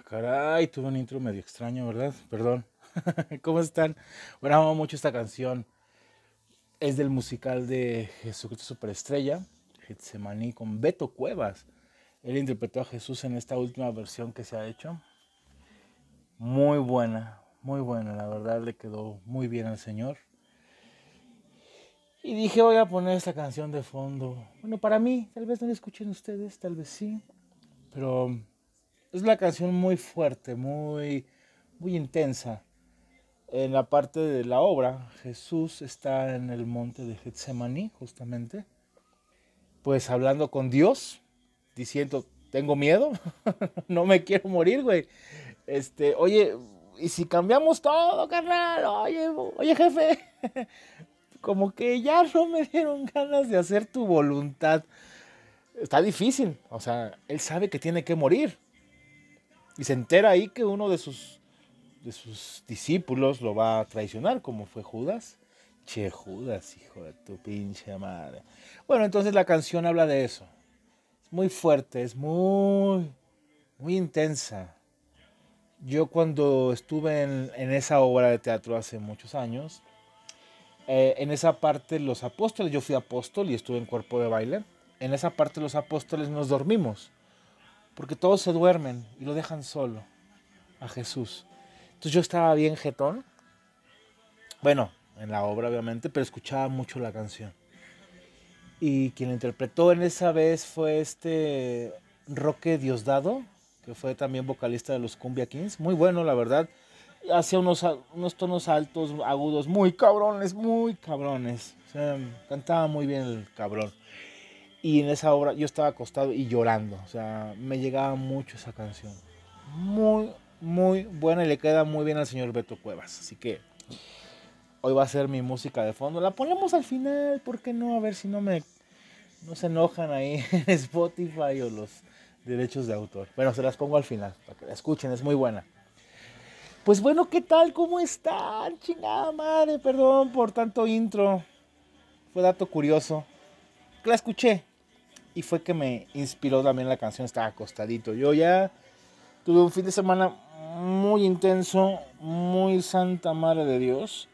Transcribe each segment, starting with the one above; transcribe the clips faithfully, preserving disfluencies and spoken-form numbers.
caray, tuve un intro medio extraño, ¿verdad? Perdón. ¿Cómo están? Bueno, amo mucho esta canción. Es del musical de Jesucristo Superestrella, Getsemaní, con Beto Cuevas. Él interpretó a Jesús en esta última versión que se ha hecho. Muy buena, muy buena, la verdad le quedó muy bien al Señor. Y dije, voy a poner esta canción de fondo. Bueno, para mí, tal vez no la escuchen ustedes, tal vez sí. Pero es una canción muy fuerte, muy, muy intensa. En la parte de la obra, Jesús está en el monte de Getsemaní, justamente, pues hablando con Dios, diciendo, tengo miedo, no me quiero morir, güey. Este, oye, ¿y si cambiamos todo, carnal? Oye, oye, jefe, como que ya no me dieron ganas de hacer tu voluntad. Está difícil, o sea, él sabe que tiene que morir. Y se entera ahí que uno de sus de sus discípulos lo va a traicionar, como fue Judas. Che, Judas, hijo de tu pinche madre. Bueno, entonces la canción habla de eso. Es muy fuerte, es muy, muy intensa. Yo cuando estuve en, en esa obra de teatro hace muchos años, eh, en esa parte los apóstoles, yo fui apóstol y estuve en cuerpo de baile, en esa parte los apóstoles nos dormimos, porque todos se duermen y lo dejan solo a Jesús. Entonces yo estaba bien jetón. Bueno, en la obra obviamente, pero escuchaba mucho la canción. Y quien la interpretó en esa vez fue este Roque Diosdado, que fue también vocalista de los Cumbia Kings. Muy bueno, la verdad. Hacía unos, unos tonos altos, agudos, muy cabrones, muy cabrones. O sea, cantaba muy bien el cabrón. Y en esa obra yo estaba acostado y llorando. O sea, me llegaba mucho esa canción. Muy, muy buena y le queda muy bien al señor Beto Cuevas. Así que hoy va a ser mi música de fondo. La ponemos al final, ¿por qué no? A ver si no me no se enojan ahí en Spotify o los derechos de autor. Bueno, se las pongo al final para que la escuchen, es muy buena. Pues bueno, ¿qué tal? ¿Cómo están? Chingada madre, perdón por tanto intro. Fue dato curioso. La escuché y fue que me inspiró también la canción. Estaba acostadito. Yo ya tuve un fin de semana muy intenso, muy santa madre de Dios.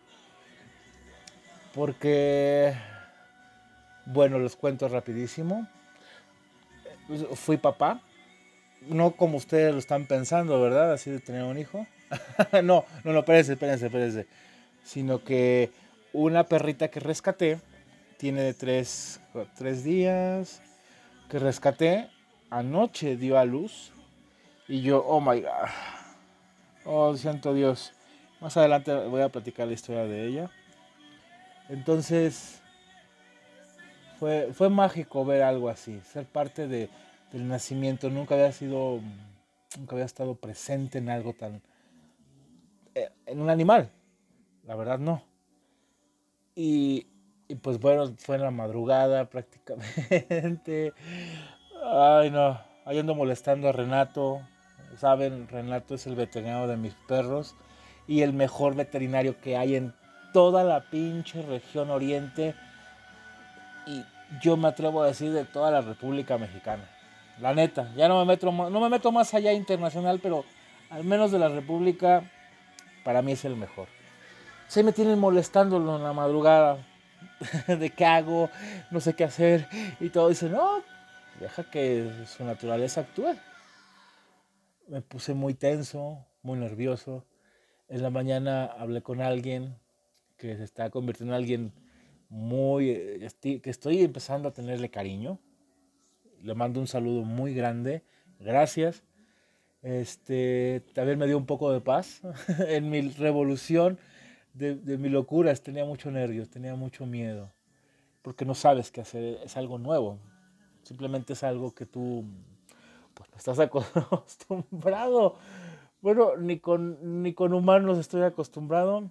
Porque, bueno, les cuento rapidísimo. Fui papá. No como ustedes lo están pensando, ¿verdad? Así de tener un hijo. no, no, no, espérense, espérense, espérense. Sino que una perrita que rescaté, tiene de tres, tres días, que rescaté, anoche dio a luz. Y yo, oh my God. Oh, santo Dios. Más adelante voy a platicar la historia de ella. Entonces, fue, fue mágico ver algo así, ser parte de, del nacimiento. Nunca había sido, nunca había estado presente en algo tan, eh, en un animal, la verdad no. Y, y pues bueno, fue en la madrugada prácticamente. Ay no, ahí ando molestando a Renato. Saben, Renato es el veterinario de mis perros y el mejor veterinario que hay en toda la pinche región oriente. Y yo me atrevo a decir de toda la República Mexicana. La neta, ya no me meto, no me meto más allá internacional, pero al menos de la República, para mí es el mejor. Se me tienen molestándolo en la madrugada. ¿De qué hago? No sé qué hacer. Y todo dice, no, deja que su naturaleza actúe. Me puse muy tenso, muy nervioso. En la mañana hablé con alguien que se está convirtiendo en alguien muy, que estoy empezando a tenerle cariño. Le mando un saludo muy grande. Gracias. Este, también me dio un poco de paz en mi revolución de, de mi locura. Tenía mucho nervios, tenía mucho miedo. Porque no sabes qué hacer. Es algo nuevo. Simplemente es algo que tú pues, no estás acostumbrado. Bueno, ni con, ni con humanos estoy acostumbrado.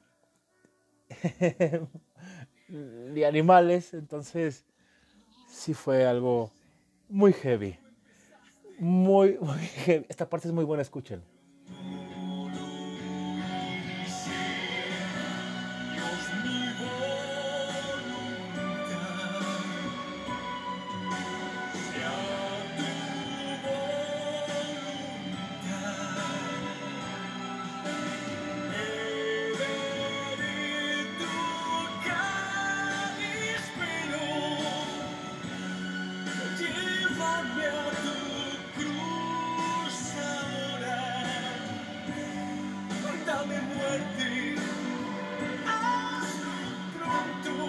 Ni animales. Entonces, sí fue algo muy heavy. Muy, muy heavy. Esta parte es muy buena, escuchen. ti. Hazlo pronto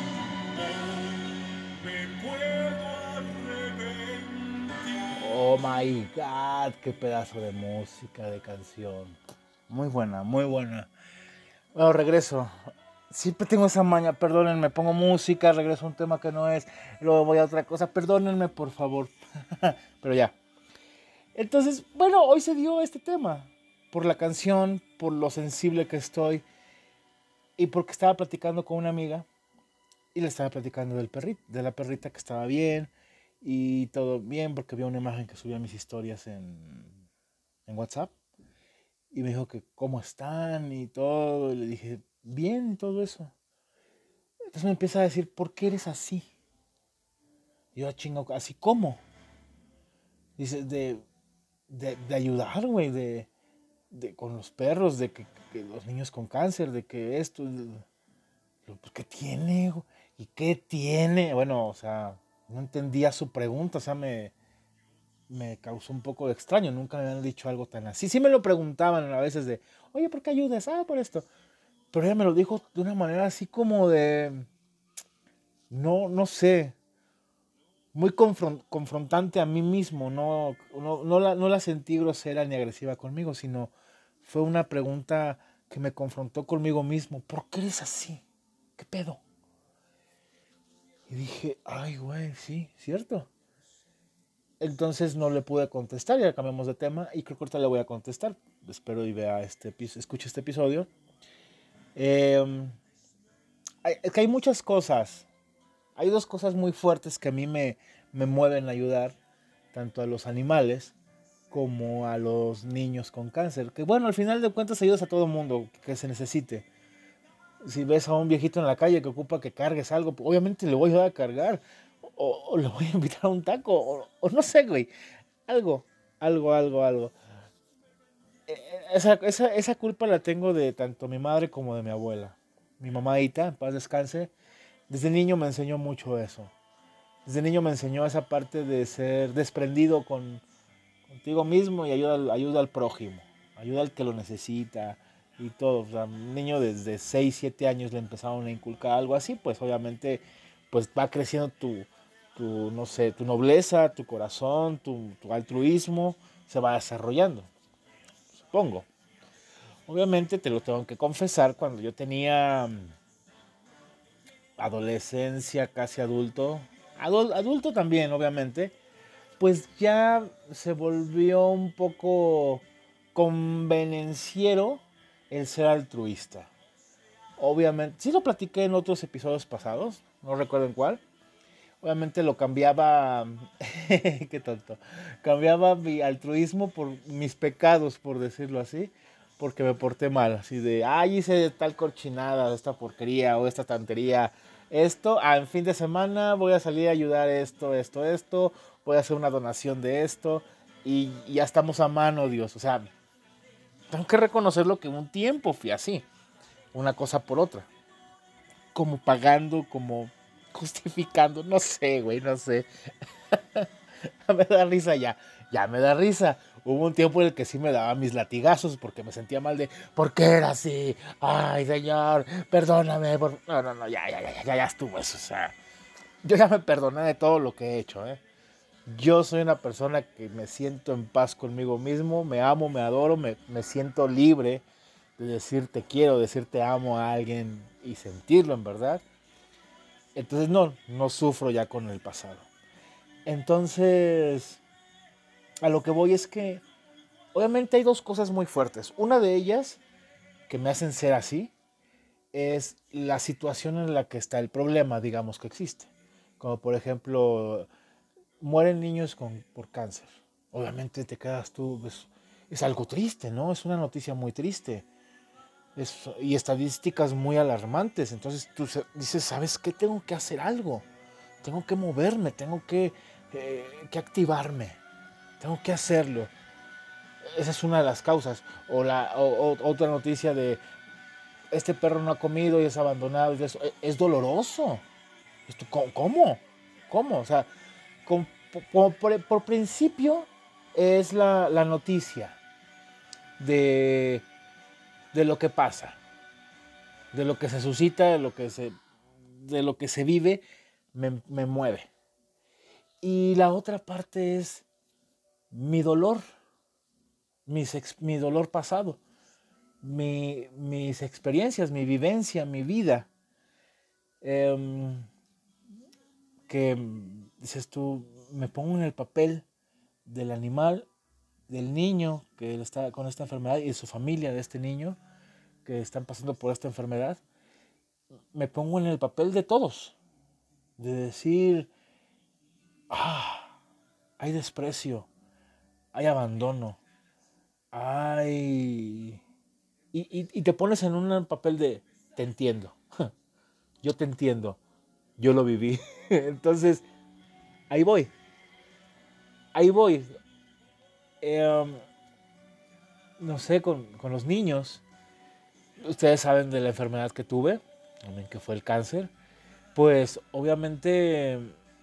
o me puedo arrepentir. Oh my God, qué pedazo de música, de canción. Muy buena, muy buena. Bueno, regreso. Siempre tengo esa maña, perdónenme, pongo música, regreso a un tema que no es, luego voy a otra cosa, perdónenme por favor. Pero ya. Entonces, bueno, hoy se dio este tema. Por la canción, por lo sensible que estoy. Y porque estaba platicando con una amiga. Y le estaba platicando del perrito, de la perrita que estaba bien. Y todo bien, porque vi una imagen que subía a mis historias en, en WhatsApp. Y me dijo que cómo están y todo. Y le dije, bien y todo eso. Entonces me empieza a decir, ¿por qué eres así? Y yo, chingo, ¿así cómo? Dice, de, de, de ayudar, güey, de, de, con los perros, de que, que los niños con cáncer, de que esto, pues, ¿qué tiene? ¿Y qué tiene? Bueno, o sea, no entendía su pregunta, o sea, me, me causó un poco de extraño, nunca me habían dicho algo tan así. Sí me lo preguntaban a veces de, oye, ¿por qué ayudas? Ah, por esto. Pero ella me lo dijo de una manera así como de, no, no sé, muy confron- confrontante a mí mismo, no, no, no, la, no la sentí grosera ni agresiva conmigo, sino fue una pregunta que me confrontó conmigo mismo. ¿Por qué eres así? ¿Qué pedo? Y dije, ay, güey, sí, cierto. Entonces no le pude contestar, ya cambiamos de tema y creo que ahorita le voy a contestar. Espero y vea este episodio, escuche este episodio. Eh, hay, es que hay muchas cosas. Hay dos cosas muy fuertes que a mí me, me mueven a ayudar, tanto a los animales como a los niños con cáncer. Que bueno, al final de cuentas ayudas a todo mundo que se necesite. Si ves a un viejito en la calle que ocupa que cargues algo, pues obviamente le voy a ayudar a cargar. O, o le voy a invitar a un taco. O, o no sé, güey. Algo, algo, algo, algo. Esa, esa, esa culpa la tengo de tanto mi madre como de mi abuela. Mi mamadita, en paz descanse, desde niño me enseñó mucho eso. Desde niño me enseñó esa parte de ser desprendido con, contigo mismo y ayuda, al- ayuda al prójimo, ayuda al que lo necesita y todo. O sea, un niño desde seis siete años le empezaron a inculcar algo así, pues obviamente pues va creciendo tu, tu no sé, tu nobleza, tu corazón, tu, tu altruismo, se va desarrollando, supongo. Obviamente te lo tengo que confesar, cuando yo tenía mm, adolescencia, casi adulto, adul- adulto también, obviamente, pues ya se volvió un poco convenenciero el ser altruista. Obviamente, sí lo platiqué en otros episodios pasados, no recuerdo en cuál. Obviamente lo cambiaba, qué tonto, cambiaba mi altruismo por mis pecados, por decirlo así, porque me porté mal, así de, ay, hice tal corchinada, esta porquería o esta tontería, esto, ah, en fin de semana voy a salir a ayudar esto, esto, esto, voy a hacer una donación de esto y, y ya estamos a mano, Dios, o sea, tengo que reconocerlo que un tiempo fui así, una cosa por otra, como pagando, como justificando, no sé, güey, no sé. Me da risa ya, ya me da risa. Hubo un tiempo en el que sí me daba mis latigazos porque me sentía mal de, ¿por qué era así? Ay, señor, perdóname. Por... No, no, no, ya, ya, ya, ya, ya estuvo eso. O sea, yo ya me perdoné de todo lo que he hecho, ¿eh? Yo soy una persona que me siento en paz conmigo mismo, me amo, me adoro, me, me siento libre de decir te quiero, decir te amo a alguien y sentirlo en verdad. Entonces no, no sufro ya con el pasado. Entonces, a lo que voy es que obviamente hay dos cosas muy fuertes. Una de ellas, que me hacen ser así, es la situación en la que está el problema, digamos, que existe. Como por ejemplo, mueren niños con, por cáncer. Obviamente te quedas tú, pues, es algo triste, ¿no? Es una noticia muy triste. Es, y estadísticas muy alarmantes. Entonces tú dices, ¿sabes qué? Tengo que hacer algo. Tengo que moverme, tengo que, eh, que activarme. Tengo que hacerlo. Esa es una de las causas. O, la, o, o otra noticia de este perro no ha comido y es abandonado. Y eso. Es doloroso. Esto, ¿Cómo? ¿Cómo? O sea, con, por, por, por, principio es la, la noticia de de lo que pasa, de lo que se suscita, de lo que se, de lo que se vive, me, me mueve. Y la otra parte es mi dolor, mis ex, mi dolor pasado, mi, mis experiencias, mi vivencia, mi vida. Eh, que dices tú, me pongo en el papel del animal, del niño que está con esta enfermedad y de su familia de este niño que están pasando por esta enfermedad. Me pongo en el papel de todos, de decir, ah, hay desprecio, hay abandono, hay... Y, y, y te pones en un papel de, te entiendo, yo te entiendo, yo lo viví. Entonces, ahí voy, ahí voy. Eh, no sé, con, con los niños, ustedes saben de la enfermedad que tuve, que fue el cáncer. Pues obviamente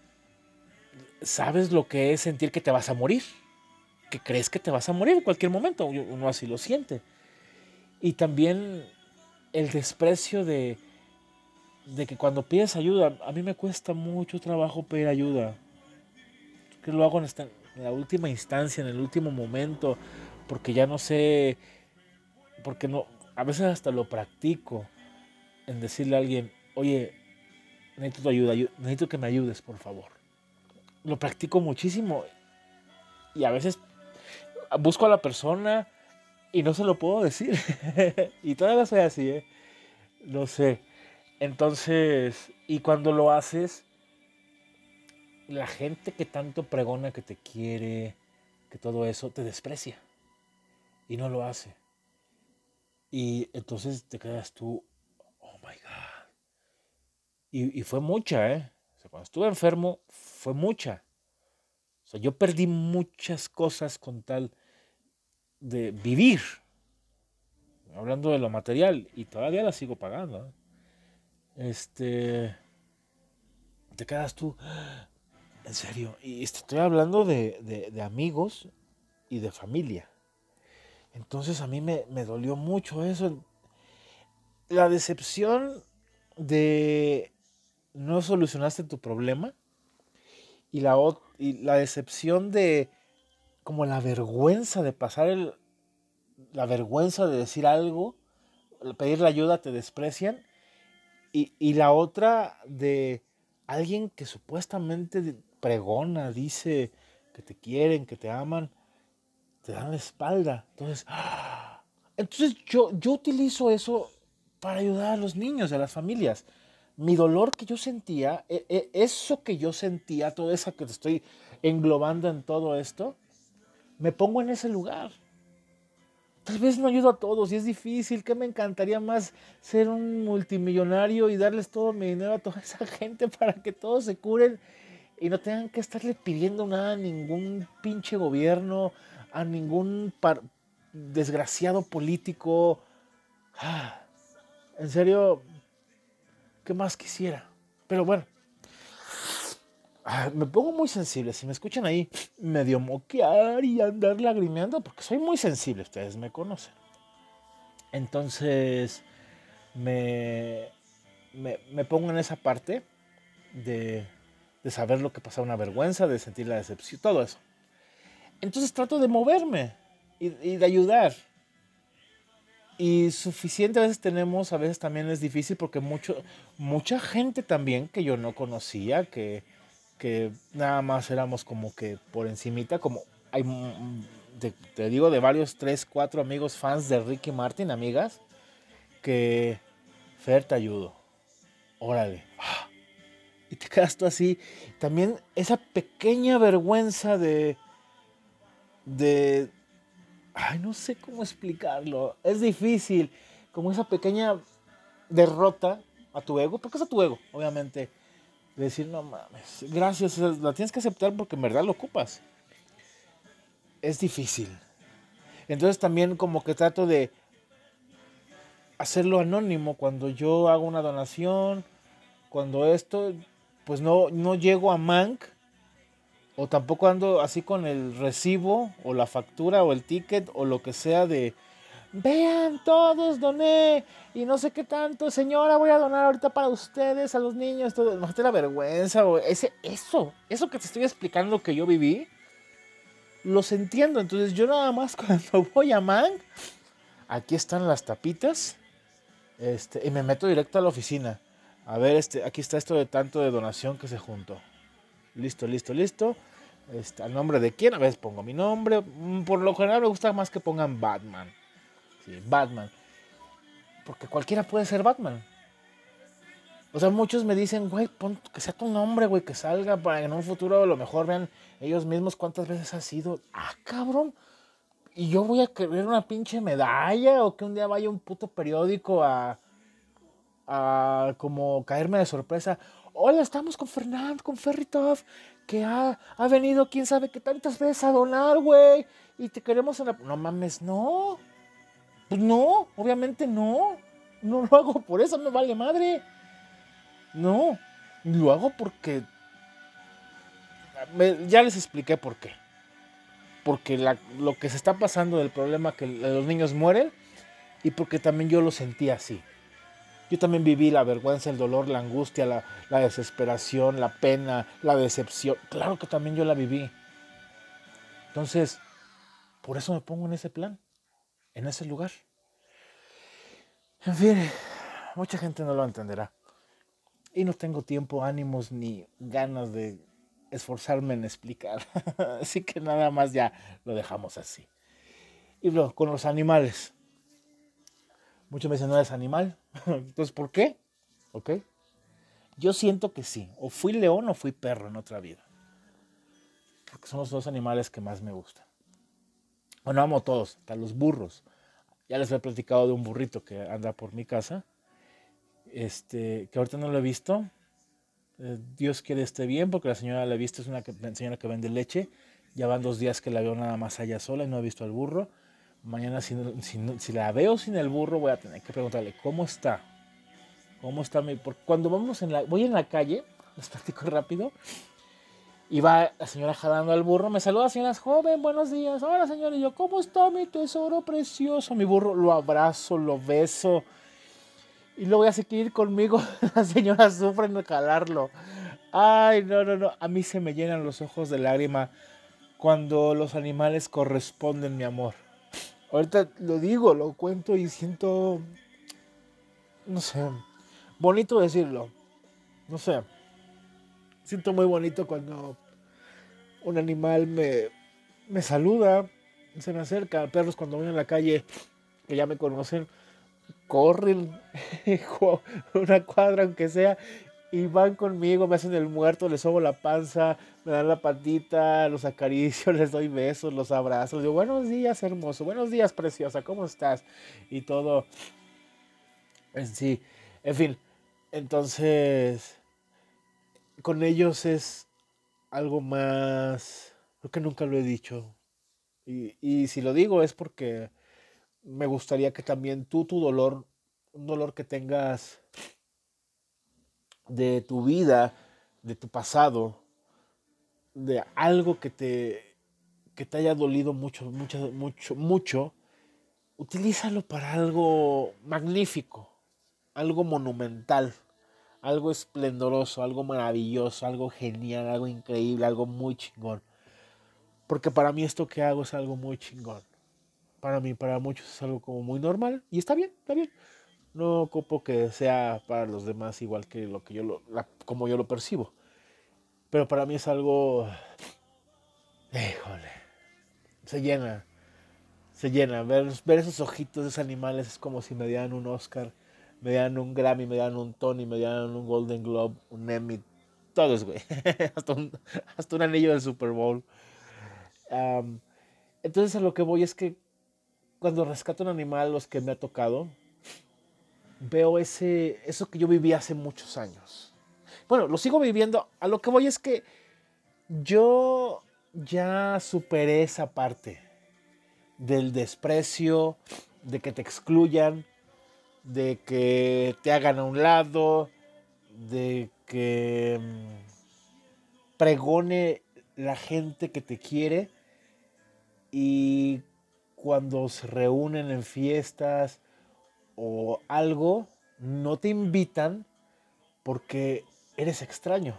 sabes lo que es sentir que te vas a morir, que crees que te vas a morir en cualquier momento, uno así lo siente. Y también el desprecio de, de que cuando pides ayuda, a mí me cuesta mucho trabajo pedir ayuda, que lo hago en, esta, en la última instancia, en el último momento, porque ya no sé, porque no, a veces hasta lo practico, en decirle a alguien, oye, necesito tu ayuda, necesito que me ayudes, por favor. Lo practico muchísimo y a veces busco a la persona y no se lo puedo decir. Y todavía soy así, ¿eh? No sé. Entonces, y cuando lo haces, la gente que tanto pregona que te quiere, que todo eso, te desprecia y no lo hace. Y entonces te quedas tú, oh my God. Y, y fue mucha, ¿eh? O sea, cuando estuve enfermo, fue mucha. O sea, yo perdí muchas cosas con tal de vivir, hablando de lo material, y todavía la sigo pagando. ¿eh? Este, te quedas tú, en serio, y estoy hablando de, de, de amigos y de familia. Entonces a mí me, me dolió mucho eso, la decepción de no solucionaste tu problema y la, y la decepción de como la vergüenza de pasar el, la vergüenza de decir algo, pedir la ayuda, te desprecian. Y, y la otra de alguien que supuestamente pregona, dice que te quieren, que te aman, te dan la espalda. Entonces, ¡ah! Entonces yo, yo utilizo eso para ayudar a los niños, a las familias. Mi dolor que yo sentía, eso que yo sentía, todo eso que te estoy englobando en todo esto, me pongo en ese lugar. Tal vez no ayudo a todos y es difícil, que me encantaría más ser un multimillonario y darles todo mi dinero a toda esa gente para que todos se curen y no tengan que estarle pidiendo nada a ningún pinche gobierno, a ningún par- desgraciado político. Ah, en serio, ¿qué más quisiera? Pero bueno, ah, me pongo muy sensible. Si me escuchan ahí medio moquear y andar lagrimeando, porque soy muy sensible, ustedes me conocen. Entonces me, me, me pongo en esa parte de, de saber lo que pasa, una vergüenza, de sentir la decepción, todo eso. Entonces trato de moverme y, y de ayudar. Y suficiente a veces tenemos, a veces también es difícil porque mucho, mucha gente también que yo no conocía, que, que nada más éramos como que por encimita, como hay, te, te digo, de varios, tres, cuatro amigos fans de Ricky Martin, amigas, que Fer, te ayudo, órale. Y te quedas tú así. También esa pequeña vergüenza de, de, ay, no sé cómo explicarlo, es difícil, como esa pequeña derrota a tu ego, porque es a tu ego, obviamente, de decir, no mames, gracias, la tienes que aceptar porque en verdad lo ocupas. Es difícil. Entonces también como que trato de hacerlo anónimo cuando yo hago una donación, cuando esto, pues no, no llego a Mank, o tampoco ando así con el recibo o la factura o el ticket o lo que sea de, vean, todos doné y no sé qué tanto, señora, voy a donar ahorita para ustedes, a los niños, todo. No te da vergüenza, güey. Ese, eso, eso que te estoy explicando que yo viví, los entiendo. Entonces yo nada más cuando voy a Mang, aquí están las tapitas, este, y me meto directo a la oficina. A ver, este, aquí está esto de tanto de donación que se juntó. Listo, listo, listo. Este, ¿al nombre de quién? A veces pongo mi nombre. Por lo general me gusta más que pongan Batman. Sí, Batman. Porque cualquiera puede ser Batman. O sea, muchos me dicen, güey, pon que sea tu nombre, güey, que salga para que en un futuro a lo mejor vean ellos mismos cuántas veces ha sido. Ah, cabrón. Y yo voy a querer una pinche medalla o que un día vaya un puto periódico a, a como caerme de sorpresa. Hola, estamos con Fernando, con Ferritov, que ha, ha venido quién sabe qué tantas veces a donar, güey. Y te queremos en la... No mames, no. Pues no, obviamente no. No lo hago por eso, me vale madre. No, lo hago porque... Me, ya les expliqué por qué. Porque la, lo que se está pasando del problema que los niños mueren y porque también yo lo sentí así. Yo también viví la vergüenza, el dolor, la angustia, la, la desesperación, la pena, la decepción. Claro que también yo la viví. Entonces, por eso me pongo en ese plan, en ese lugar. En fin, mucha gente no lo entenderá. Y no tengo tiempo, ánimos ni ganas de esforzarme en explicar. Así que nada más ya lo dejamos así. Y luego, con los animales. Muchos me dicen, no eres animal. Entonces, ¿por qué? ¿Ok? Yo siento que sí. O fui león o fui perro en otra vida. Porque son los dos animales que más me gustan. Bueno, amo todos, hasta los burros. Ya les he platicado de un burrito que anda por mi casa. Este, que ahorita no lo he visto. Eh, Dios quiere esté bien, porque la señora la he visto, es una que, señora que vende leche. Ya van dos días que la veo nada más allá sola y no he visto al burro. Mañana si, si, si la veo sin el burro voy a tener que preguntarle cómo está. ¿Cómo está mi...? Porque cuando vamos en la... Voy en la calle, les platico rápido, y va la señora jalando al burro, me saluda, señora joven, buenos días. Hola, señora, y yo, ¿cómo está mi tesoro precioso? Mi burro, lo abrazo, lo beso, y luego ya se quiere ir conmigo. La señora sufre en jalarlo. Ay, no, no, no, a mí se me llenan los ojos de lágrima cuando los animales corresponden mi amor. Ahorita lo digo, lo cuento y siento, no sé, bonito decirlo, no sé. Siento muy bonito cuando un animal me, me saluda, se me acerca. Perros cuando voy en la calle, que ya me conocen, corren una cuadra aunque sea y van conmigo, me hacen el muerto, les sobo la panza, me dan la patita, los acaricio, les doy besos, los abrazo, les digo, buenos días hermoso, buenos días preciosa, ¿cómo estás? Y todo, en sí, en fin, entonces, con ellos es algo más, creo que nunca lo he dicho. Y, y si lo digo es porque me gustaría que también tú, tu dolor, un dolor que tengas de tu vida, de tu pasado, de algo que te, que te haya dolido mucho, mucho, mucho, mucho, utilízalo para algo magnífico, algo monumental, algo esplendoroso, algo maravilloso, algo genial, algo increíble, algo muy chingón. Porque para mí esto que hago es algo muy chingón. Para mí, para muchos es algo como muy normal. Y está bien, está bien. No ocupo que sea para los demás igual que lo que yo lo, la, como yo lo percibo. Pero para mí es algo... Híjole. Se llena. Se llena. Ver, ver esos ojitos de esos animales es como si me dieran un Oscar, me dieran un Grammy, me dieran un Tony, me dieran un Golden Globe, un Emmy. Todos, güey. hasta, un, hasta un anillo del Super Bowl. Um, entonces a lo que voy es que cuando rescato un animal, los que me ha tocado, veo ese, eso que yo viví hace muchos años. Bueno, lo sigo viviendo. A lo que voy es que yo ya superé esa parte del desprecio, de que te excluyan, de que te hagan a un lado, de que mm, pregone la gente que te quiere. Y cuando se reúnen en fiestas o algo, no te invitan porque eres extraño.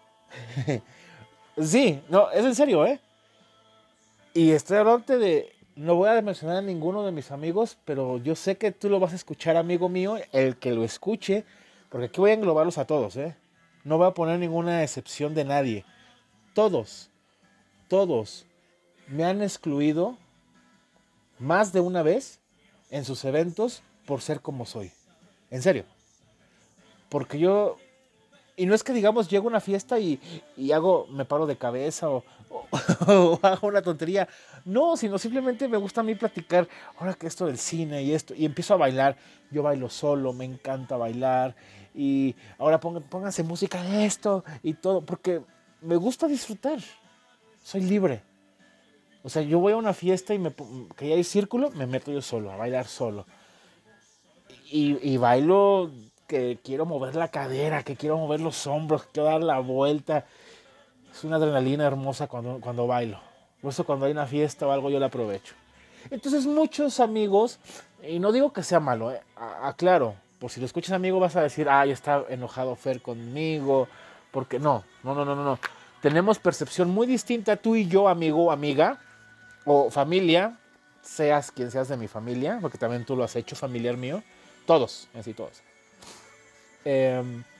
Sí, no, es en serio, ¿eh? Y estoy hablando de, no voy a mencionar a ninguno de mis amigos, pero yo sé que tú lo vas a escuchar, amigo mío, el que lo escuche, porque aquí voy a englobarlos a todos, ¿eh? No voy a poner ninguna excepción de nadie. Todos, todos me han excluido más de una vez en sus eventos por ser como soy. En serio. Porque yo, y no es que digamos llego a una fiesta y, y hago, me paro de cabeza o, o, o hago una tontería. No, sino simplemente me gusta a mí platicar, ahora que esto del cine y esto, y empiezo a bailar. Yo bailo solo, me encanta bailar. Y ahora pongan, pónganse música de esto y todo, porque me gusta disfrutar. Soy libre. O sea, yo voy a una fiesta y me, que ya hay círculo, me meto yo solo, a bailar solo. Y, y bailo que quiero mover la cadera, que quiero mover los hombros, que quiero dar la vuelta. Es una adrenalina hermosa cuando, cuando bailo. Por eso cuando hay una fiesta o algo yo la aprovecho. Entonces muchos amigos, y no digo que sea malo, eh, aclaro, por si lo escuchas amigo vas a decir, ay, está enojado Fer conmigo, porque no, no, no, no, no, no. Tenemos percepción muy distinta tú y yo, amigo o amiga, o familia, seas quien seas de mi familia, porque también tú lo has hecho, familiar mío, todos, así todos. Eh,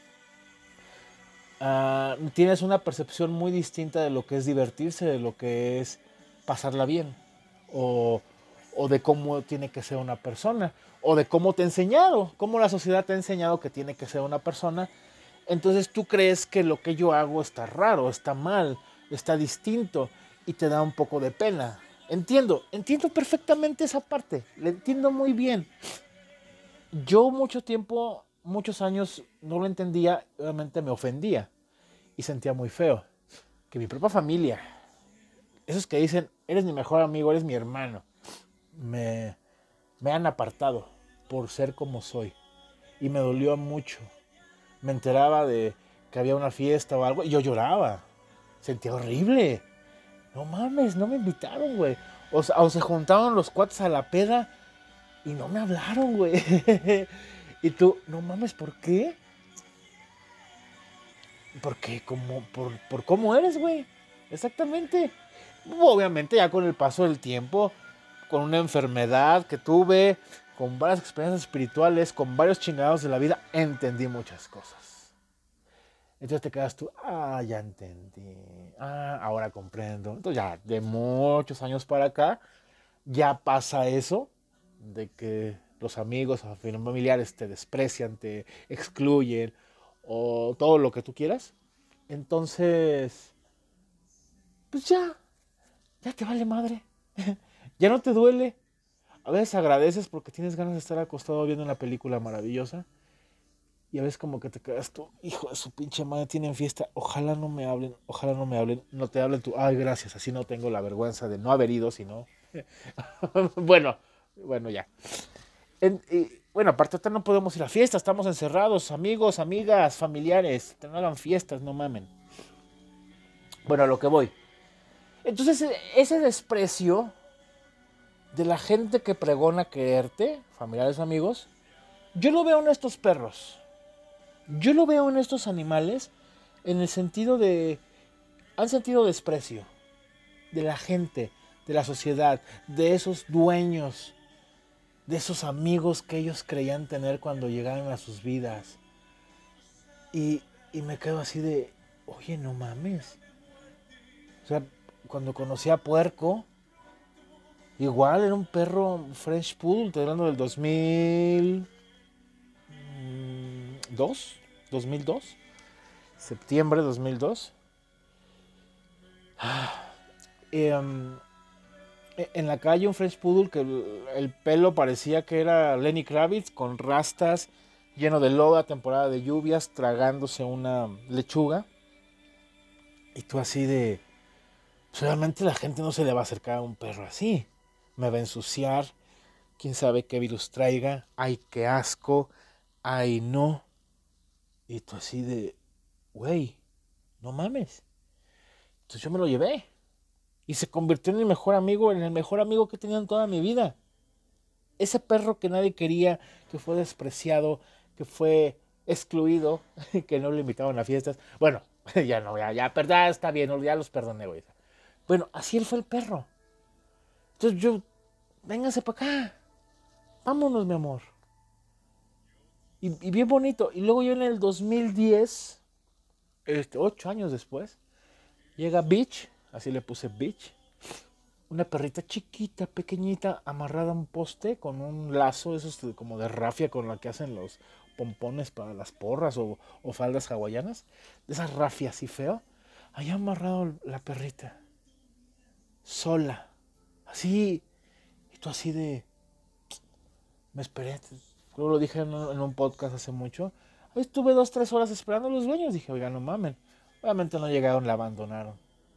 uh, tienes una percepción muy distinta de lo que es divertirse, de lo que es pasarla bien, o, o de cómo tiene que ser una persona, o de cómo te ha enseñado, cómo la sociedad te ha enseñado que tiene que ser una persona. Entonces tú crees que lo que yo hago está raro, está mal, está distinto, y te da un poco de pena. Entiendo, entiendo perfectamente esa parte, la entiendo muy bien. Yo mucho tiempo, muchos años no lo entendía, obviamente me ofendía y sentía muy feo. Que mi propia familia, esos que dicen, eres mi mejor amigo, eres mi hermano, me, me han apartado por ser como soy. Y me dolió mucho. Me enteraba de que había una fiesta o algo y yo lloraba. Sentía horrible. No mames, no me invitaron, güey. O, o se juntaron los cuates a la peda y no me hablaron, güey. Y tú, no mames, ¿por qué? Porque como, por, por cómo eres, güey. Exactamente. Obviamente ya con el paso del tiempo, con una enfermedad que tuve, con varias experiencias espirituales, con varios chingados de la vida, entendí muchas cosas. Entonces te quedas tú, ah, ya entendí. Ah, ahora comprendo. Entonces ya de muchos años para acá, ya pasa eso, de que los amigos o familiares te desprecian, te excluyen, o todo lo que tú quieras. Entonces, pues ya, ya te vale madre. Ya no te duele. A veces agradeces porque tienes ganas de estar acostado viendo una película maravillosa. Y a veces como que te quedas tú, hijo de su pinche madre, tienen fiesta. Ojalá no me hablen, ojalá no me hablen. No te hablen tú, ay, gracias, así no tengo la vergüenza de no haber ido, sino... bueno, bueno, ya. En, y, bueno, aparte ahorita no podemos ir a fiestas, estamos encerrados, amigos, amigas, familiares. No hagan fiestas, no mamen. Bueno, a lo que voy. Entonces, ese desprecio de la gente que pregona quererte, familiares o amigos, yo lo veo en estos perros. Yo lo veo en estos animales en el sentido de... Han sentido desprecio de la gente, de la sociedad, de esos dueños, de esos amigos que ellos creían tener cuando llegaron a sus vidas. Y, y me quedo así de, oye, no mames. O sea, cuando conocí a Puerco, igual era un perro French Poodle, estoy hablando del dos mil dos, dos mil dos, septiembre de dos mil dos. Y, um, en la calle un French Poodle que el, el pelo parecía que era Lenny Kravitz con rastas, lleno de lodo, temporada de lluvias, tragándose una lechuga. Y tú así de... Solamente la gente no se le va a acercar a un perro así. Me va a ensuciar, quién sabe qué virus traiga, ay, qué asco, ay, no. Y tú así de, güey, no mames. Entonces yo me lo llevé. Y se convirtió en el mejor amigo, en el mejor amigo que he tenido en toda mi vida. Ese perro que nadie quería, que fue despreciado, que fue excluido, que no lo invitaban a fiestas. Bueno, ya no, ya, ya, perdón, está bien, ya los perdoné, güey. Bueno, así él fue el perro. Entonces yo, véngase para acá, vámonos, mi amor. Y, y bien bonito. Y luego yo en el dos mil diez, este, ocho años después, llega Beach, así le puse Beach, una perrita chiquita, pequeñita, amarrada a un poste con un lazo, esos como de rafia con la que hacen los pompones para las porras o, o faldas hawaianas, de esas rafias así feo, ahí amarrado la perrita, sola, así, y tú así de, me esperé, luego lo dije en un, en un podcast hace mucho, ahí estuve dos, tres horas esperando a los dueños, dije, oiga, no mamen, obviamente no llegaron, la abandonaron,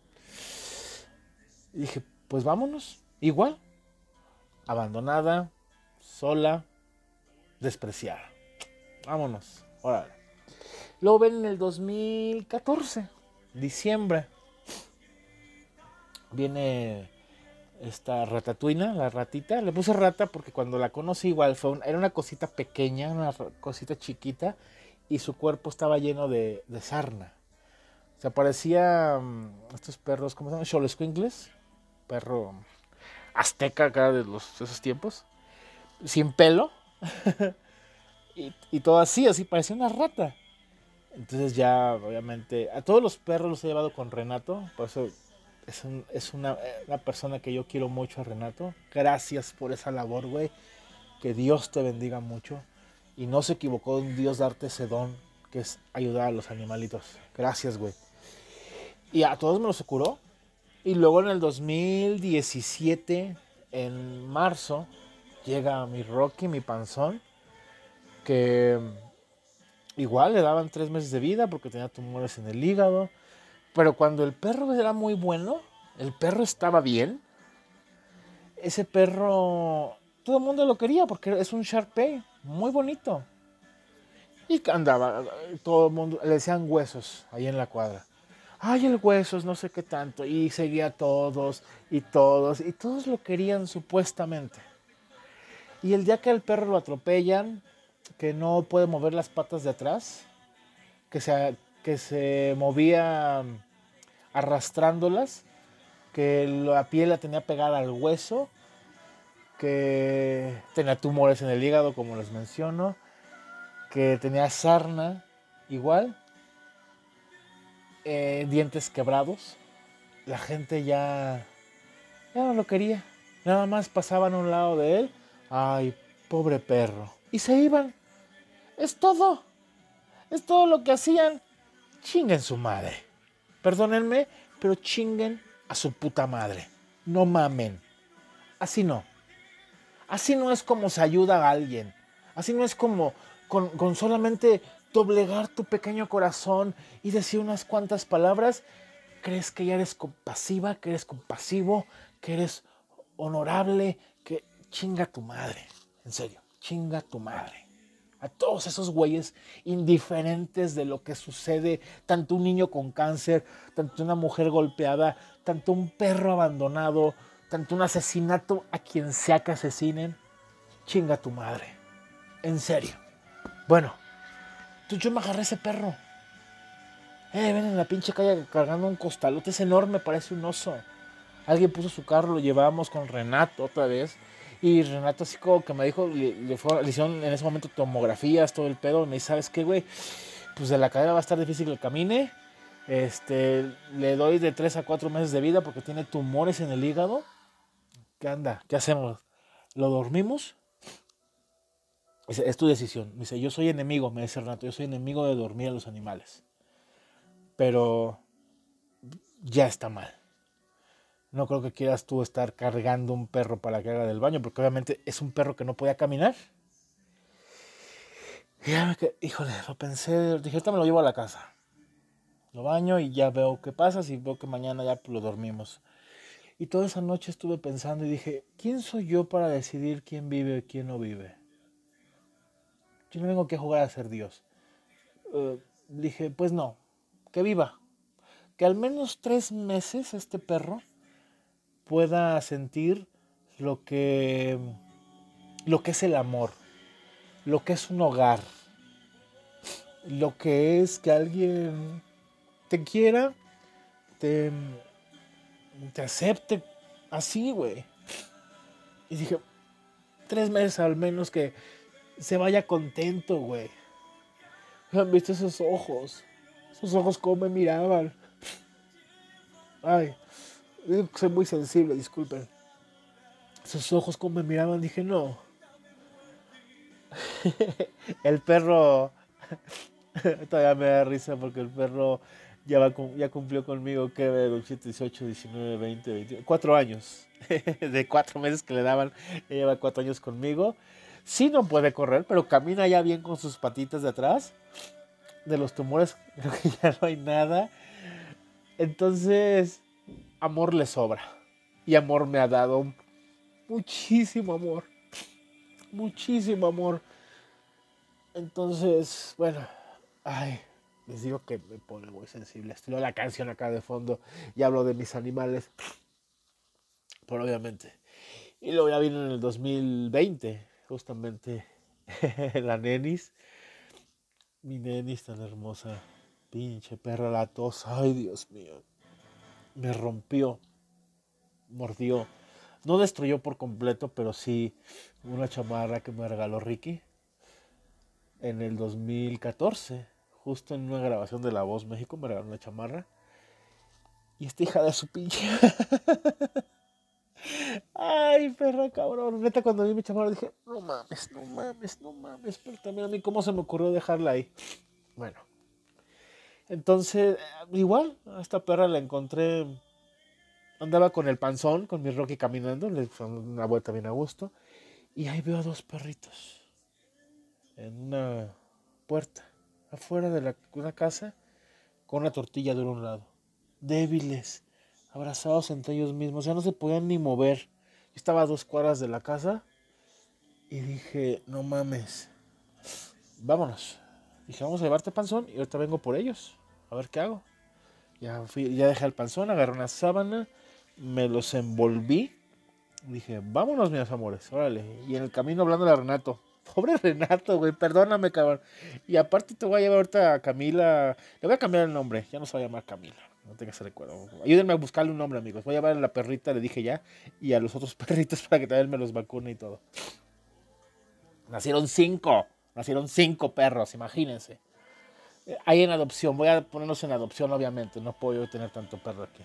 y dije, pues vámonos, igual, abandonada, sola, despreciada. Vámonos, órale. Luego ven en el dos mil catorce, diciembre, viene esta ratatuina, la ratita. Le puse rata porque cuando la conocí igual fue un, era una cosita pequeña, una cosita chiquita, y su cuerpo estaba lleno de, de sarna. O sea, parecía um, estos perros, ¿cómo se llaman? Xoloscuincles, perro azteca acá de los, esos tiempos, sin pelo. y, y todo así, así parecía una rata. Entonces ya, obviamente, a todos los perros los he llevado con Renato, por eso es, un, es una, una persona que yo quiero mucho a Renato. Gracias por esa labor, güey. Que Dios te bendiga mucho. Y no se equivocó en Dios darte ese don, que es ayudar a los animalitos. Gracias, güey. Y a todos me los curó. Y luego en el dos mil diecisiete, en marzo, llega mi Rocky, mi panzón, que igual le daban tres meses de vida porque tenía tumores en el hígado. Pero cuando el perro era muy bueno, el perro estaba bien, ese perro, todo el mundo lo quería porque es un Shar-Pei, muy bonito. Y andaba, todo el mundo, le decían huesos ahí en la cuadra. Ay, el huesos, no sé qué tanto. Y seguía a todos, y todos, y todos lo querían supuestamente. Y el día que el perro lo atropellan, que no puede mover las patas de atrás, que se, que se movía arrastrándolas, que la piel la tenía pegada al hueso, que tenía tumores en el hígado, como les menciono, que tenía sarna igual, eh, dientes quebrados. La gente ya, ya no lo quería. Nada más pasaban a un lado de él. Ay, pobre perro. Y se iban. Es todo. Es todo lo que hacían. Chinguen su madre. Perdónenme, pero chinguen a su puta madre. No mamen. Así no. Así no es como se ayuda a alguien. Así no es como con, con solamente doblegar tu pequeño corazón y decir unas cuantas palabras. ¿Crees que ya eres compasiva? ¿Que eres compasivo? ¿Que eres honorable? Que chinga tu madre. En serio, chinga tu madre. A todos esos güeyes indiferentes de lo que sucede, tanto un niño con cáncer, tanto una mujer golpeada, tanto un perro abandonado, tanto un asesinato, a quien sea que asesinen, chinga tu madre. En serio. Bueno, entonces yo me agarré a ese perro. Eh, ven en la pinche calle cargando un costalote, es enorme, parece un oso. Alguien puso su carro, lo llevábamos con Renato otra vez. Y Renato así como que me dijo, le, le, fue, le hicieron en ese momento tomografías, todo el pedo. Y me dice, ¿sabes qué, güey? Pues de la cadera va a estar difícil que camine. Este, le doy de tres a cuatro meses de vida porque tiene tumores en el hígado. ¿Qué anda? ¿Qué hacemos? ¿Lo dormimos? Dice, es tu decisión. Me dice, yo soy enemigo, me dice Renato, yo soy enemigo de dormir a los animales. Pero ya está mal. No creo que quieras tú estar cargando un perro para que haga del baño, porque obviamente es un perro que no podía caminar. Y ya me quedé, híjole, lo pensé, dije, ahorita me lo llevo a la casa. Lo baño y ya veo qué pasa, si veo que mañana ya lo dormimos. Y toda esa noche estuve pensando y dije, ¿quién soy yo para decidir quién vive y quién no vive? Yo no vengo aquí a jugar a ser Dios. Uh, dije, pues no, que viva. Que al menos tres meses este perro pueda sentir lo que, lo que es el amor, lo que es un hogar, lo que es que alguien te quiera, te, te acepte así, güey. Y dije, tres meses al menos que se vaya contento, güey. ¿Han visto esos ojos? Esos ojos cómo me miraban. Ay, digo que soy muy sensible, disculpen. Esos ojos cómo me miraban, dije, no. El perro, todavía me da risa porque el perro ya, va, ya cumplió conmigo, que dieciocho, diecinueve, veinte, veinte, cuatro años. De cuatro meses que le daban, ya lleva cuatro años conmigo. Sí no puede correr, pero camina ya bien con sus patitas de atrás. De los tumores creo que ya no hay nada. Entonces, amor le sobra. Y amor me ha dado muchísimo amor. Muchísimo amor. Entonces, bueno, ay, les digo que me pone muy sensible. Estilo la canción acá de fondo y hablo de mis animales. Pero obviamente. Y luego ya vino en el dos mil veinte, justamente, la nenis. Mi nenis tan hermosa. Pinche perra latosa. Ay, Dios mío. Me rompió. Mordió. No destruyó por completo, pero sí una chamarra que me regaló Ricky en el dos mil catorce. Justo en una grabación de La Voz México me regaló una chamarra. Y esta hija de su pinche. Ay, perra cabrón. Neta, cuando vi mi chamarra dije, no mames, no mames, no mames. Pero también a mí, ¿cómo se me ocurrió dejarla ahí? Bueno. Entonces, igual, a esta perra la encontré. Andaba con el panzón, con mi Rocky caminando. Le fue una vuelta bien a gusto. Y ahí veo a dos perritos. En una puerta. Afuera de la, una casa. Con una tortilla de un lado. Débiles. Abrazados entre ellos mismos. Ya no se podían ni mover. Yo estaba a dos cuadras de la casa. Y dije, no mames. Vámonos. Dije, vamos a llevarte panzón. Y ahorita vengo por ellos. A ver qué hago. Ya, fui, ya dejé el panzón. Agarré una sábana. Me los envolví. Dije, vámonos, mis amores. Órale. Y en el camino hablando a Renato. Pobre Renato, güey. Perdóname, cabrón. Y aparte te voy a llevar ahorita a Camila. Le voy a cambiar el nombre. Ya no se va a llamar Camila. No tengas ese recuerdo. Ayúdenme a buscarle un nombre, amigos. Voy a llevar a la perrita, le dije ya. Y a los otros perritos para que también me los vacune y todo. Nacieron cinco. Nacieron cinco perros, imagínense. Hay en adopción. Voy a ponerlos en adopción, obviamente. No puedo yo tener tanto perro aquí.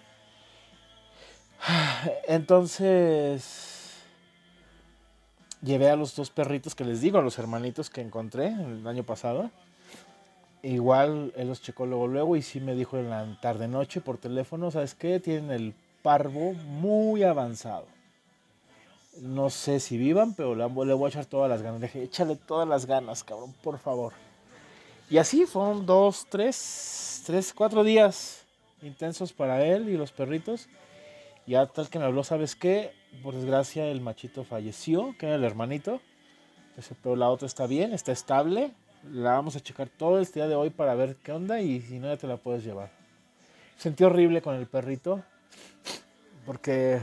Entonces, llevé a los dos perritos que les digo, a los hermanitos que encontré el año pasado. Igual él los checó luego, luego y sí me dijo en la tarde-noche por teléfono, ¿sabes qué? Tienen el parvo muy avanzado. No sé si vivan, pero le voy a echar todas las ganas. Le dije, échale todas las ganas, cabrón, por favor. Y así fueron dos, tres, tres, cuatro días intensos para él y los perritos. Ya tal que me habló, ¿sabes qué? Por desgracia el machito falleció, que era el hermanito. Pero la otra está bien, está estable. La vamos a checar todo este día de hoy para ver qué onda y si no ya te la puedes llevar. Sentí horrible con el perrito. Porque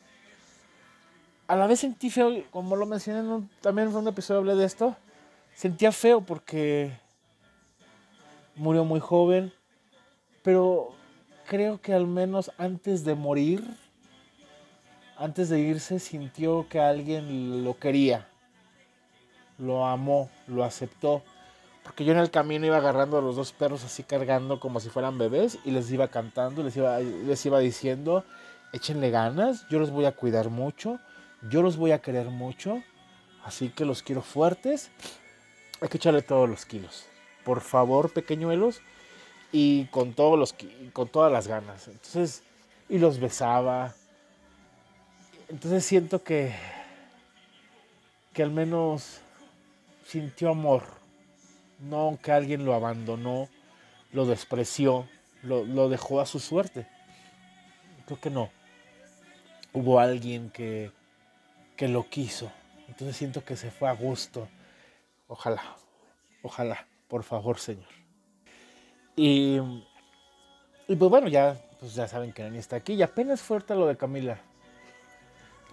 a la vez sentí feo, como lo mencioné en un, también en un episodio hablé de esto. Sentía feo porque murió muy joven. Pero creo que al menos antes de morir, antes de irse, sintió que alguien lo quería. Lo amó, lo aceptó. Porque yo en el camino iba agarrando a los dos perros así cargando como si fueran bebés y les iba cantando, les iba, les iba diciendo, échenle ganas, yo los voy a cuidar mucho, yo los voy a querer mucho, así que los quiero fuertes, hay que echarle todos los kilos. Por favor, pequeñuelos, y con, todos los, con todas las ganas. Entonces, y los besaba. Entonces siento que, que al menos sintió amor. No que alguien lo abandonó, lo despreció, lo, lo dejó a su suerte. Creo que no. Hubo alguien que, que lo quiso. Entonces siento que se fue a gusto. Ojalá, ojalá, por favor, Señor. Y, y pues bueno, ya, pues ya saben que Nani está aquí. Y apenas fue ahorita lo de Camila.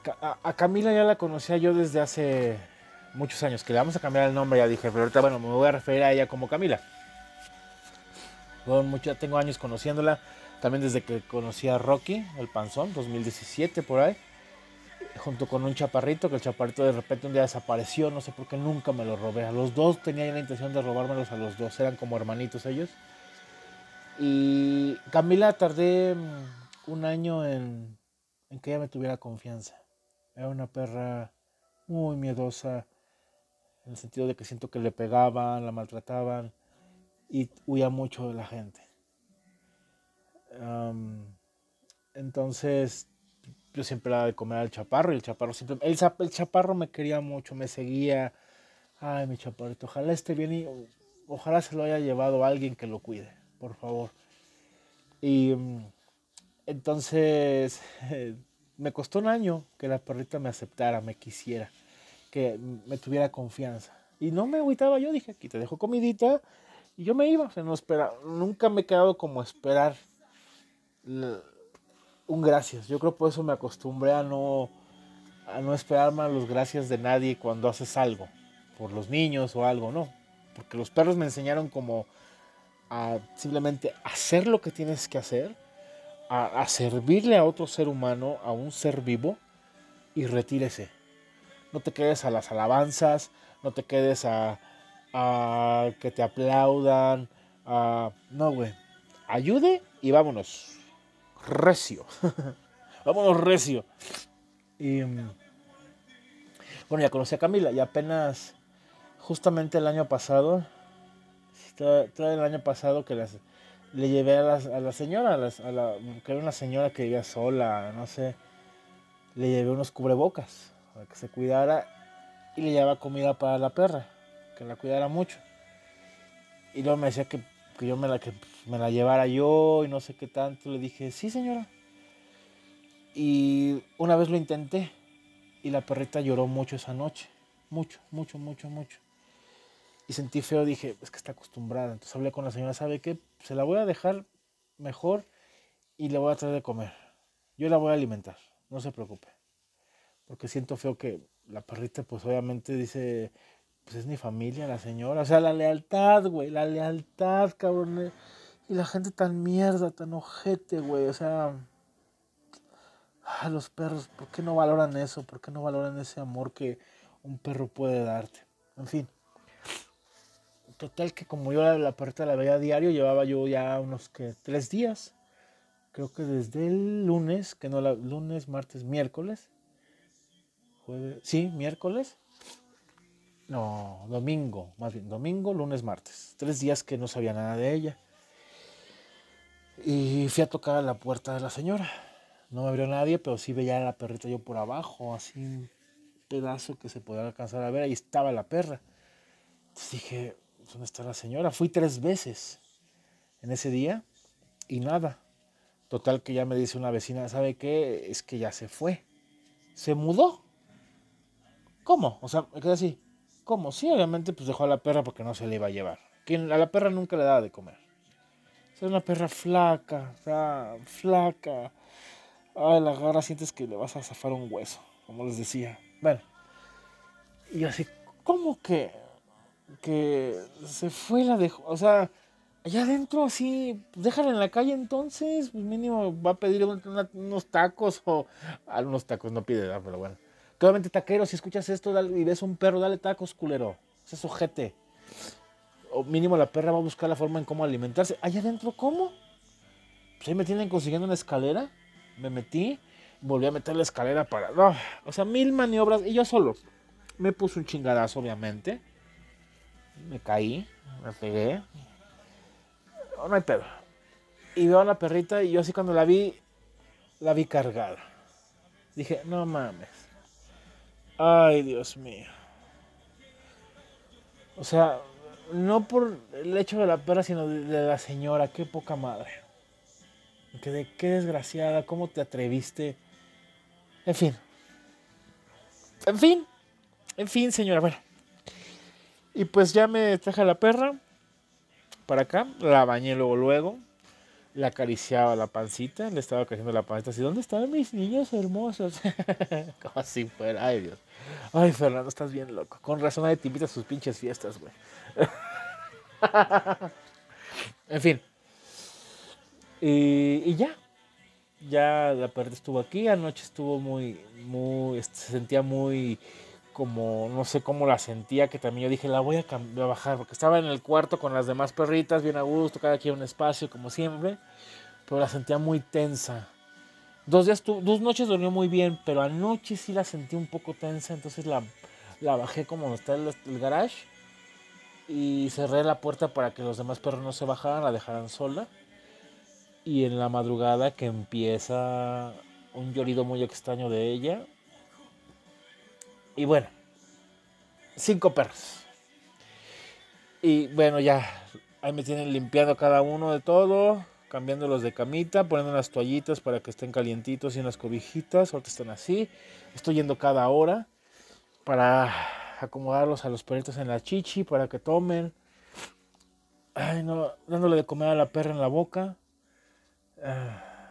A, a Camila ya la conocía yo desde hace muchos años, que le vamos a cambiar el nombre, ya dije, pero ahorita, bueno, me voy a referir a ella como Camila. Bueno, mucho, tengo años conociéndola, también desde que conocí a Rocky, el panzón, dos mil diecisiete por ahí, junto con un chaparrito, que el chaparrito de repente un día desapareció, no sé por qué nunca me lo robé. A los dos tenía yo la intención de robármelos a los dos, eran como hermanitos ellos. Y Camila tardé mm, un año en, en que ella me tuviera confianza. Era una perra muy miedosa, en el sentido de que siento que le pegaban, la maltrataban y huía mucho de la gente. Um, entonces yo siempre daba de comer al chaparro y el chaparro siempre... El, el chaparro me quería mucho, me seguía. Ay, mi chaparrito, ojalá esté bien y ojalá se lo haya llevado a alguien que lo cuide, por favor. Y um, entonces eh, me costó un año que la perrita me aceptara, me quisiera, que me tuviera confianza. Y no me agüitaba, yo dije, aquí te dejo comidita y yo me iba. O sea, no espera, nunca me he quedado como a esperar un gracias. Yo creo por eso me acostumbré a no, a no esperarme a los gracias de nadie cuando haces algo, por los niños o algo, no. Porque los perros me enseñaron como a simplemente hacer lo que tienes que hacer, a, a servirle a otro ser humano, a un ser vivo, y retírese. No te quedes a las alabanzas, no te quedes a, a que te aplaudan, a... no, güey. Ayude y vámonos. Recio. Vámonos recio. Y bueno, ya conocí a Camila y apenas justamente el año pasado, todo, todo el año pasado que las, le llevé a, las, a la señora, a, las, a la, que era una señora que vivía sola, no sé, le llevé unos cubrebocas para que se cuidara y le llevaba comida para la perra, que la cuidara mucho. Y luego me decía que, que yo me la, que me la llevara yo y no sé qué tanto. Le dije, sí señora. Y una vez lo intenté y la perrita lloró mucho esa noche. Mucho, mucho, mucho, mucho. Y sentí feo, dije, es que está acostumbrada. Entonces hablé con la señora, ¿sabe qué? Se la voy a dejar mejor y le voy a traer de comer. Yo la voy a alimentar, no se preocupe. Porque siento feo que la perrita pues obviamente dice, pues es mi familia la señora. O sea, la lealtad, güey, la lealtad, cabrón. Y la gente tan mierda, tan ojete, güey. O sea, ah, los perros, ¿por qué no valoran eso? ¿Por qué no valoran ese amor que un perro puede darte? En fin. Total que como yo la, la perrita la veía a diario, llevaba yo ya unos que tres días. Creo que desde el lunes, que no la, lunes, martes, miércoles. Jueves, sí, miércoles. No, domingo, más bien, domingo, lunes, martes. Tres días que no sabía nada de ella. Y fui a tocar a la puerta de la señora. No me abrió nadie, pero sí veía a la perrita yo por abajo, así un pedazo que se podía alcanzar a ver. Ahí estaba la perra. Entonces dije, ¿dónde está la señora? Fui tres veces en ese día y nada. Total que ya me dice una vecina, ¿sabe qué? Es que ya se fue. ¿Se mudó? ¿Cómo? O sea, me quedé así. ¿Cómo? Sí, obviamente pues dejó a la perra porque no se le iba a llevar. Quien a la perra nunca le daba de comer. Es una perra flaca, o sea, flaca. Ay, la agarra, sientes que le vas a zafar un hueso, como les decía. Bueno, y yo así, ¿cómo que, que se fue la dejó? O sea, allá adentro así, pues déjala en la calle entonces, pues mínimo va a pedir un, una, unos tacos o... Ah, unos tacos no pide, ¿verdad? Pero bueno. Claramente taquero, si escuchas esto dale, y ves un perro, dale tacos, culero. Ese es ojete. O mínimo la perra va a buscar la forma en cómo alimentarse. Allá adentro, ¿cómo? Pues ahí me tienen consiguiendo una escalera. Me metí, volví a meter la escalera para... No, o sea, mil maniobras. Y yo solo. Me puse un chingadazo, obviamente. Me caí, me pegué. No, no hay pedo. Y veo a la perrita y yo así cuando la vi, la vi cargada. Dije, no mames. Ay, Dios mío. O sea, no por el hecho de la perra, sino de, de la señora. Qué poca madre. Que de qué desgraciada, cómo te atreviste. En fin. En fin. En fin, señora. Bueno. Y pues ya me traje a la perra para acá. La bañé luego, luego. Le acariciaba la pancita, le estaba acariciando la pancita así, ¿dónde están mis niños hermosos? Como si fuera, ay Dios. Ay, Fernando, estás bien loco. Con razón nadie te invita a sus pinches fiestas, güey. En fin. Y, y ya. Ya la perrita estuvo aquí. Anoche estuvo muy, muy, este, se sentía muy como, no sé cómo la sentía, que también yo dije, la voy a, cam- a bajar, porque estaba en el cuarto con las demás perritas, bien a gusto, cada quien un espacio, como siempre, pero la sentía muy tensa. Dos días, tu- dos noches durmió muy bien, pero anoche sí la sentí un poco tensa, entonces la, la bajé como donde está el, el garage y cerré la puerta para que los demás perros no se bajaran, la dejaran sola. Y en la madrugada que empieza un llorido muy extraño de ella. Y bueno, cinco perros. Y bueno, ya, ahí me tienen limpiando cada uno de todo, cambiándolos de camita, poniendo unas toallitas para que estén calientitos y unas cobijitas, ahorita están así. Estoy yendo cada hora para acomodarlos a los perritos en la chichi, para que tomen. Ay, no, dándole de comer a la perra en la boca. Ah,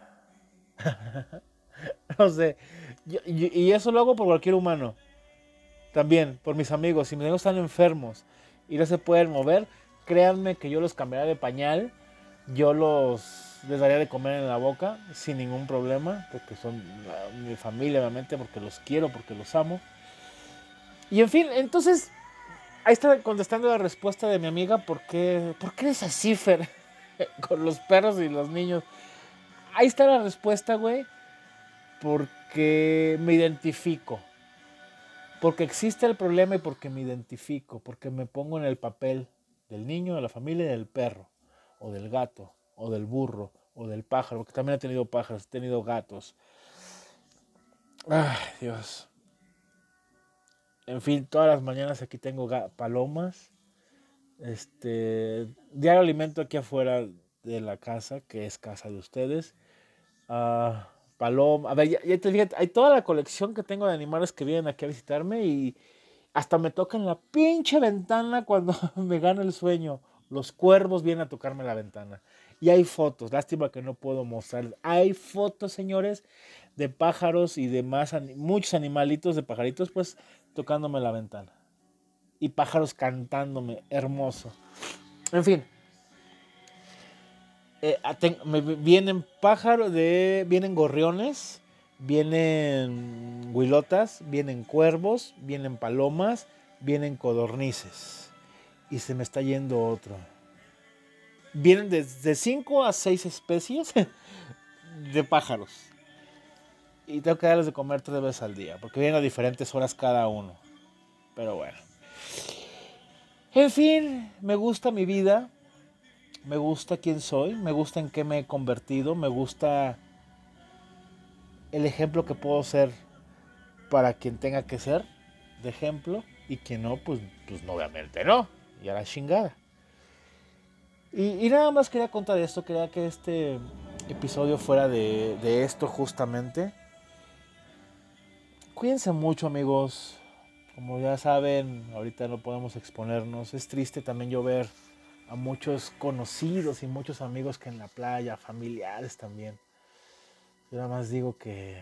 no sé, y, y- y eso lo hago por cualquier humano. También, por mis amigos, si mis amigos están enfermos y no se pueden mover, créanme que yo los cambiaría de pañal, yo los les daría de comer en la boca sin ningún problema, porque son la- mi familia, obviamente, porque los quiero, porque los amo. Y en fin, entonces, ahí está contestando la respuesta de mi amiga, ¿por qué, ¿por qué eres así, Fer? Con los perros y los niños. Ahí está la respuesta, güey, porque me identifico. Porque existe el problema y porque me identifico, porque me pongo en el papel del niño, de la familia y del perro, o del gato, o del burro, o del pájaro, porque también he tenido pájaros, he tenido gatos. Ay, Dios. En fin, todas las mañanas aquí tengo palomas. Este, diario alimento aquí afuera de la casa, que es casa de ustedes. Uh, paloma, a ver, ya, ya te fíjate, hay toda la colección que tengo de animales que vienen aquí a visitarme y hasta me tocan la pinche ventana cuando me gana el sueño. Los cuervos vienen a tocarme la ventana. Y hay fotos, lástima que no puedo mostrar. Hay fotos, señores, de pájaros y de más, muchos animalitos de pajaritos, pues, tocándome la ventana. Y pájaros cantándome, hermoso. En fin. Eh, me vienen pájaros, de, vienen gorriones, vienen huilotas, vienen cuervos, vienen palomas, vienen codornices. Y se me está yendo otro. Vienen desde cinco a seis especies de pájaros. Y tengo que darles de comer tres veces al día, porque vienen a diferentes horas cada uno. Pero bueno. En fin, me gusta mi vida. Me gusta quién soy. Me gusta en qué me he convertido. Me gusta el ejemplo que puedo ser para quien tenga que ser de ejemplo, y quien no, pues, pues no, obviamente no, y a la chingada. Y, y nada más quería contar esto, quería que este episodio fuera de, de esto justamente. Cuídense mucho, amigos. Como ya saben, ahorita no podemos exponernos. Es triste también yo ver a muchos conocidos y muchos amigos que en la playa, familiares también. Yo nada más digo que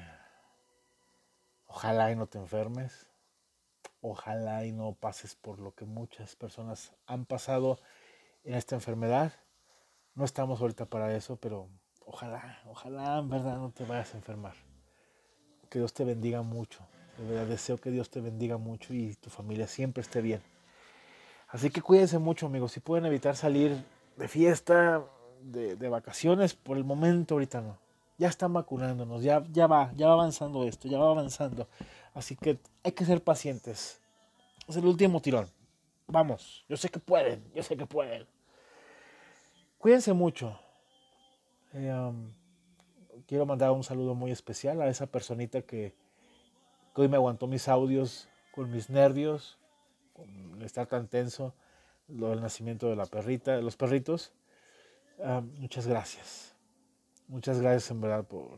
ojalá y no te enfermes. Ojalá y no pases por lo que muchas personas han pasado en esta enfermedad. No estamos ahorita para eso, pero ojalá, ojalá en verdad no te vayas a enfermar. Que Dios te bendiga mucho. De verdad deseo que Dios te bendiga mucho y tu familia siempre esté bien. Así que cuídense mucho, amigos. Si pueden evitar salir de fiesta, de, de vacaciones, por el momento ahorita no. Ya están vacunándonos, ya, ya va, ya va avanzando esto, ya va avanzando. Así que hay que ser pacientes. Es el último tirón. Vamos, yo sé que pueden, yo sé que pueden. Cuídense mucho. Eh, um, quiero mandar un saludo muy especial a esa personita que, que hoy me aguantó mis audios con mis nervios, con estar tan tenso, lo del nacimiento de la perrita, de los perritos. Uh, muchas gracias. Muchas gracias en verdad por,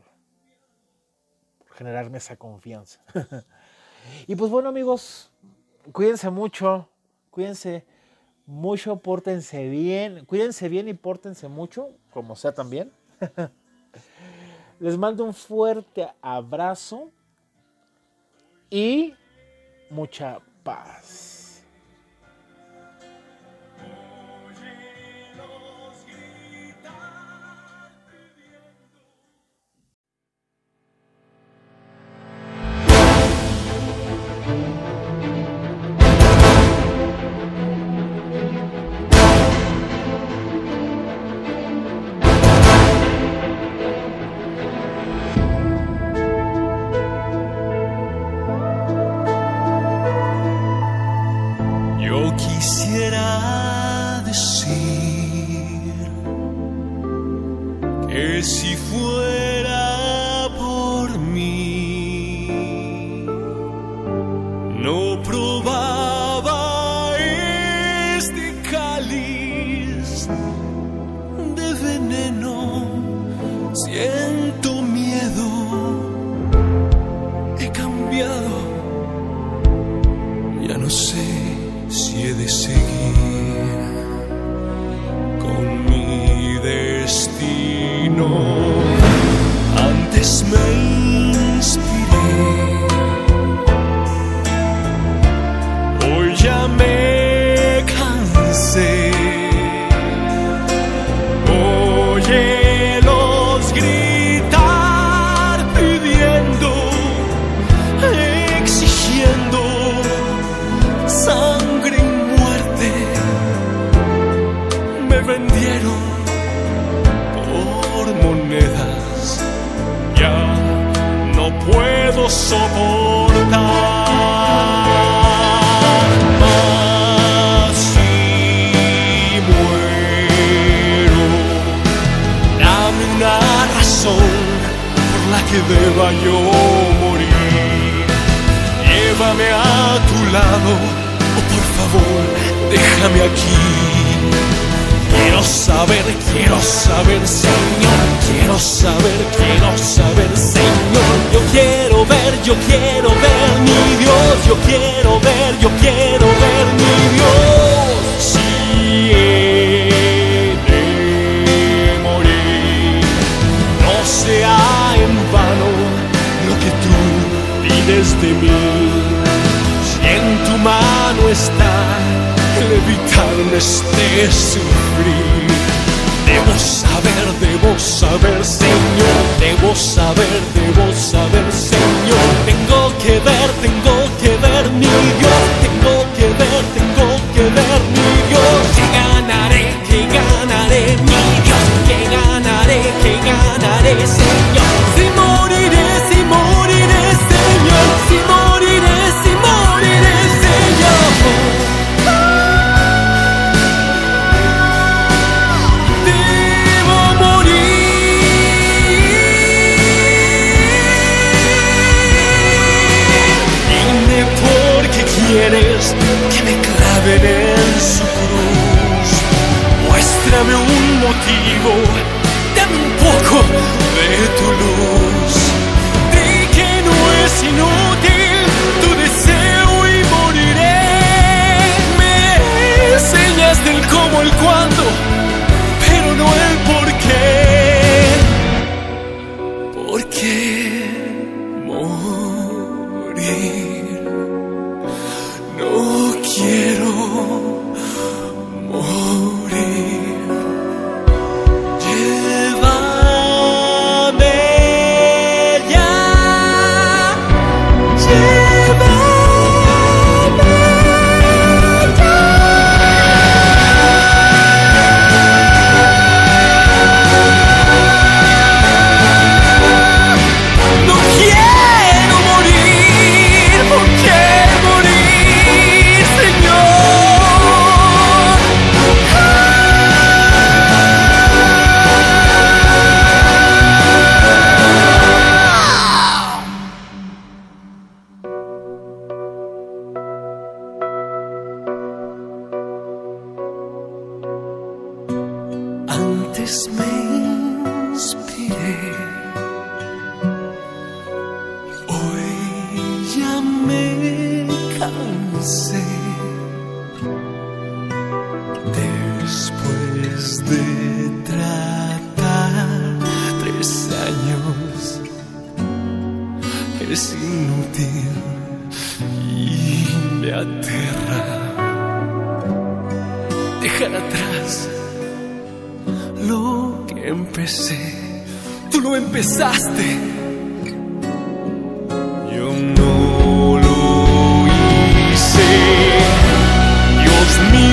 por generarme esa confianza. Y pues bueno, amigos, cuídense mucho, cuídense mucho, pórtense bien, cuídense bien y pórtense mucho, como sea también. Les mando un fuerte abrazo y mucha paz. Quisiera decir que si fuera por mí no probaba este cáliz de veneno. Siento miedo, he cambiado, ya no sé si he de seguir con mi destino. Antes me inspiré, hoy ya me cansé. Óyelos gritar, pidiendo, exigiendo sangre y muerte. Me vendieron por monedas, ya no puedo soportar más. Si muero, dame una razón por la que deba yo morir. Llévame a tu lado, oh, por favor, déjame aquí. Quiero saber, quiero saber, Señor. Quiero saber, quiero saber, Señor. Yo quiero ver, yo quiero ver mi Dios. Yo quiero ver, yo quiero ver mi Dios. Si he de morir, no sea en vano lo que tú pides de mí. En tu mano está el evitarme este sufrir. Debo saber, debo saber, Señor. Debo saber, debo saber, Señor. Tengo que ver, tengo que ver mi Dios. Tengo que ver, tengo que ver mi Dios. Que ganaré, que ganaré mi Dios. Que ganaré, que ganaré, Señor. Si moriré, si moriré, Señor. Si moriré, si moriré, Señor. Debo morir. Dime por qué quieres que me claven en su cruz. Muéstrame un motivo, dame un poco de tu luz. Di que no es inútil tu deseo y moriré. Me enseñas del cómo, el cuándo, pero no el por qué. ¿Por qué morir? No quiero morir. Llévame ya, llévame ya. No quiero morir, ¿por qué morir, Señor? Antes me inspiré, hoy ya me cansé. Después de tratar inútil y me aterra dejar atrás lo que empecé. Tú lo empezaste, yo no lo hice. Dios, mi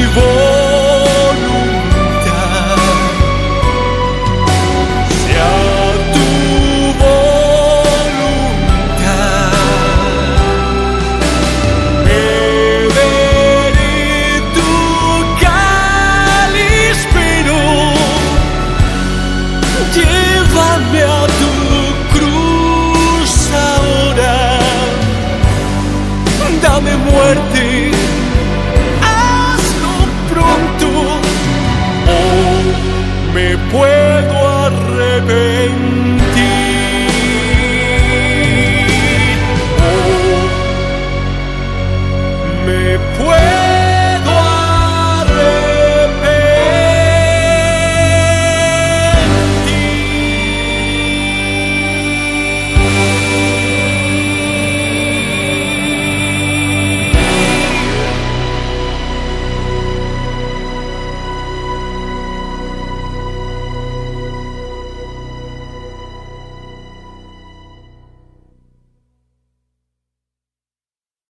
voluntad sea tu voluntad. Beberé tu cáliz, pero llévame a tu cruz ahora. Dame muerte, hazlo pronto, o me puedo arrepentir, o me puedo